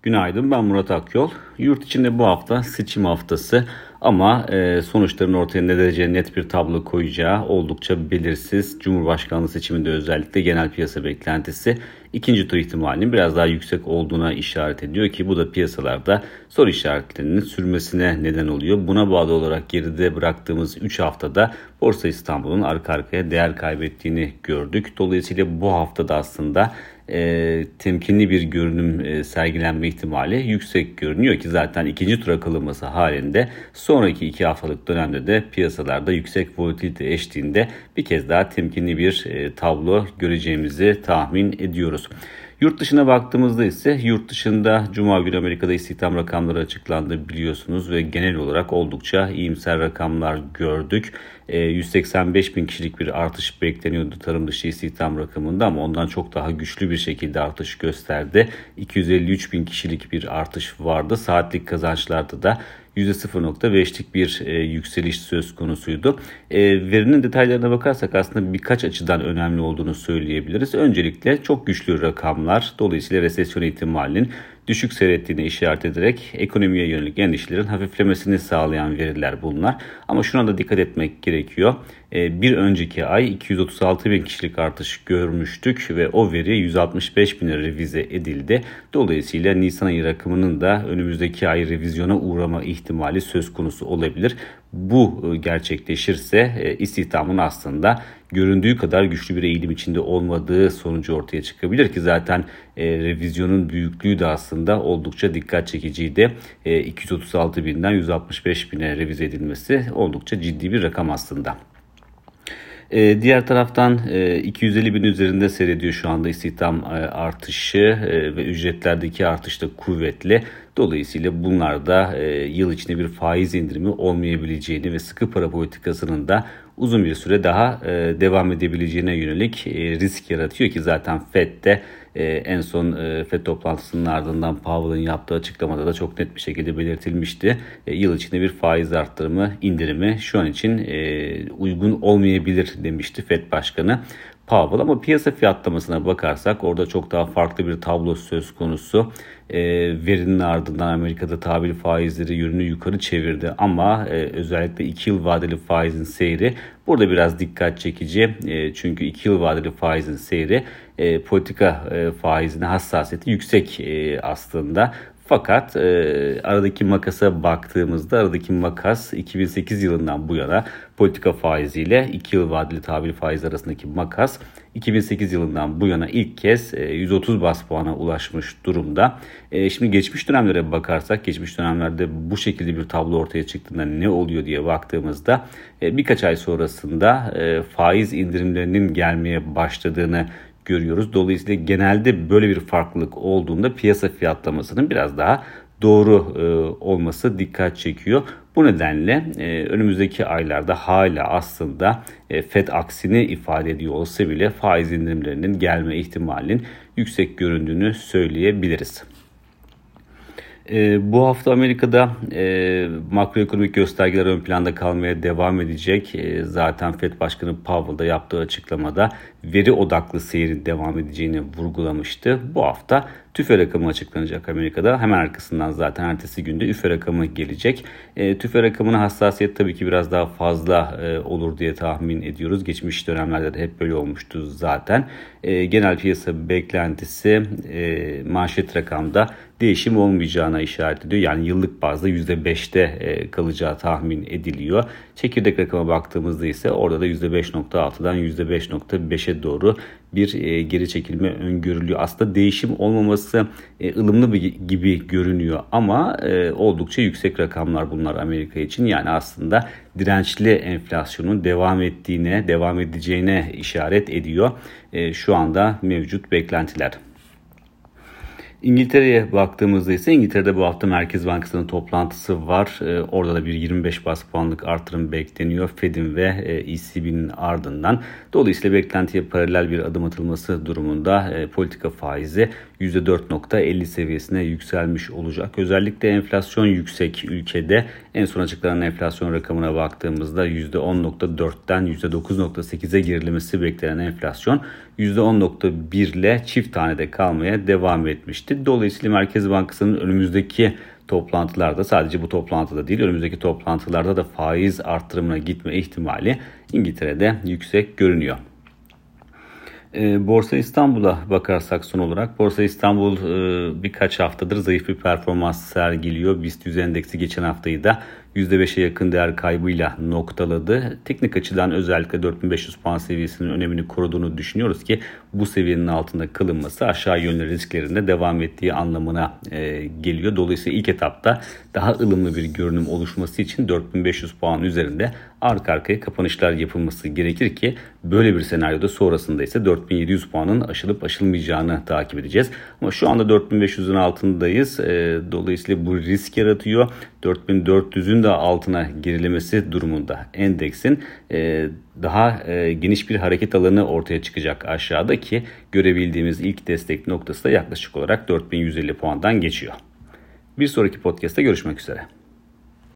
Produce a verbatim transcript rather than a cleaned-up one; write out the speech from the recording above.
Günaydın, ben Murat Akyol. Yurt içinde bu hafta seçim haftası ama e, sonuçların ortaya ne derece net bir tablo koyacağı oldukça belirsiz. Cumhurbaşkanlığı seçiminde özellikle genel piyasa beklentisi ikinci tur ihtimalinin biraz daha yüksek olduğuna işaret ediyor ki bu da piyasalarda soru işaretlerinin sürmesine neden oluyor. Buna bağlı olarak geride bıraktığımız üç haftada Borsa İstanbul'un arka arkaya değer kaybettiğini gördük. Dolayısıyla bu haftada aslında E, temkinli bir görünüm e, sergilenme ihtimali yüksek görünüyor ki zaten ikinci tura kalınması halinde sonraki iki haftalık dönemde de piyasalarda yüksek volatilite eşliğinde bir kez daha temkinli bir e, tablo göreceğimizi tahmin ediyoruz. Yurt dışına baktığımızda ise yurt dışında Cuma günü Amerika'da istihdam rakamları açıklandı biliyorsunuz ve genel olarak oldukça iyimser rakamlar gördük. yüz seksen beş bin kişilik bir artış bekleniyordu tarım dışı istihdam rakamında ama ondan çok daha güçlü bir şekilde artış gösterdi. iki yüz elli üç bin kişilik bir artış vardı. Saatlik kazançlarda da yüzde sıfır nokta beşlik bir e, yükseliş söz konusuydu. E, verinin detaylarına bakarsak aslında birkaç açıdan önemli olduğunu söyleyebiliriz. Öncelikle çok güçlü rakamlar dolayısıyla resesyon ihtimalinin düşük seyrettiğine işaret ederek ekonomiye yönelik endişelerin hafiflemesini sağlayan veriler bunlar. Ama şuna da dikkat etmek gerekiyor. Bir önceki ay iki yüz otuz altı bin kişilik artış görmüştük ve o veri yüz altmış beş bine revize edildi. Dolayısıyla Nisan ayı rakamının da önümüzdeki ay revizyona uğrama ihtimali söz konusu olabilir. Bu gerçekleşirse istihdamın aslında göründüğü kadar güçlü bir eğilim içinde olmadığı sonucu ortaya çıkabilir ki zaten e, revizyonun büyüklüğü de aslında oldukça dikkat çekiciydi. E, iki yüz otuz altı binden yüz altmış beş bine revize edilmesi oldukça ciddi bir rakam aslında. Ee, diğer taraftan e, iki yüz elli bin üzerinde seyrediyor şu anda istihdam e, artışı e, ve ücretlerdeki artış da kuvvetli. Dolayısıyla bunlar da e, yıl içinde bir faiz indirimi olmayabileceğini ve sıkı para politikasının da uzun bir süre daha e, devam edebileceğine yönelik e, risk yaratıyor ki zaten Fed de e, en son e, Fed toplantısının ardından Powell'ın yaptığı açıklamada da çok net bir şekilde belirtilmişti. E, yıl içinde bir faiz arttırımı, indirimi şu an için e, uygun olmayabilir demişti Fed Başkanı Powell, ama piyasa fiyatlamasına bakarsak orada çok daha farklı bir tablo söz konusu. E, verinin ardından Amerika'da tahvil faizleri yönünü yukarı çevirdi ama e, özellikle iki yıl vadeli faizin seyri burada biraz dikkat çekici. E, çünkü iki yıl vadeli faizin seyri e, politika e, faizine hassasiyeti yüksek e, aslında. Fakat e, aradaki makasa baktığımızda aradaki makas iki bin sekiz yılından bu yana politika faiziyle iki yıl vadeli tahvil faizi arasındaki makas iki bin sekiz yılından bu yana ilk kez e, yüz otuz bas puana ulaşmış durumda. E, şimdi geçmiş dönemlere bakarsak geçmiş dönemlerde bu şekilde bir tablo ortaya çıktığında ne oluyor diye baktığımızda e, birkaç ay sonrasında e, faiz indirimlerinin gelmeye başladığını görüyoruz. Dolayısıyla genelde böyle bir farklılık olduğunda piyasa fiyatlamasının biraz daha doğru e, olması dikkat çekiyor. Bu nedenle e, önümüzdeki aylarda hala aslında e, Fed aksini ifade ediyor olsa bile faiz indirimlerinin gelme ihtimalinin yüksek göründüğünü söyleyebiliriz. E, bu hafta Amerika'da e, makroekonomik göstergeler ön planda kalmaya devam edecek. E, zaten Fed Başkanı Powell da yaptığı açıklamada veri odaklı seyrin devam edeceğini vurgulamıştı. Bu hafta tüfe rakamı açıklanacak Amerika'da. Hemen arkasından zaten ertesi günde üfe rakamı gelecek. E, tüfe rakamına hassasiyet tabii ki biraz daha fazla e, olur diye tahmin ediyoruz. Geçmiş dönemlerde de hep böyle olmuştu zaten. E, genel piyasa beklentisi e, manşet rakamda değişim olmayacağına işaret ediyor. Yani yıllık bazda yüzde beşte e, kalacağı tahmin ediliyor. Çekirdek rakama baktığımızda ise orada da yüzde beş nokta altıdan yüzde beş nokta beşe doğru bir e, geri çekilme öngörülüyor. Aslında değişim olmaması e, ılımlı bir, gibi görünüyor ama e, oldukça yüksek rakamlar bunlar Amerika için. Yani aslında dirençli enflasyonun devam ettiğine, devam edeceğine işaret ediyor e, şu anda mevcut beklentiler. İngiltere'ye baktığımızda ise İngiltere'de bu hafta Merkez Bankası'nın toplantısı var. Ee, orada da bir yirmi beş bas puanlık artırım bekleniyor Fed'in ve e, E C B'nin ardından. Dolayısıyla beklentiye paralel bir adım atılması durumunda e, politika faizi yüzde dört nokta elli seviyesine yükselmiş olacak. Özellikle enflasyon yüksek ülkede. En son açıklanan enflasyon rakamına baktığımızda yüzde on nokta dörtten yüzde dokuz nokta sekize gerilemesi beklenen enflasyon yüzde on nokta bir ile çift tanede kalmaya devam etmişti. Dolayısıyla Merkez Bankası'nın önümüzdeki toplantılarda, sadece bu toplantıda değil, önümüzdeki toplantılarda da faiz artırımına gitme ihtimali İngiltere'de yüksek görünüyor. E, Borsa İstanbul'a bakarsak son olarak, Borsa İstanbul e, birkaç haftadır zayıf bir performans sergiliyor. BIST yüz endeksi geçen haftayı da yüzde beşe yakın değer kaybıyla noktaladı. Teknik açıdan özellikle dört bin beş yüz puan seviyesinin önemini koruduğunu düşünüyoruz ki bu seviyenin altında kalınması aşağı yönlü risklerinde devam ettiği anlamına e, geliyor. Dolayısıyla ilk etapta daha ılımlı bir görünüm oluşması için dört bin beş yüz puan üzerinde arka arkaya kapanışlar yapılması gerekir ki böyle bir senaryoda sonrasında ise dört bin yedi yüz puanın aşılıp aşılmayacağını takip edeceğiz. Ama şu anda dört bin beş yüzün altındayız. E, dolayısıyla bu risk yaratıyor. dört bin dört yüzün de altına gerilemesi durumunda endeksin e, daha e, geniş bir hareket alanı ortaya çıkacak aşağıda ki görebildiğimiz ilk destek noktası da yaklaşık olarak dört bin yüz elli puandan geçiyor. Bir sonraki podcast'ta görüşmek üzere.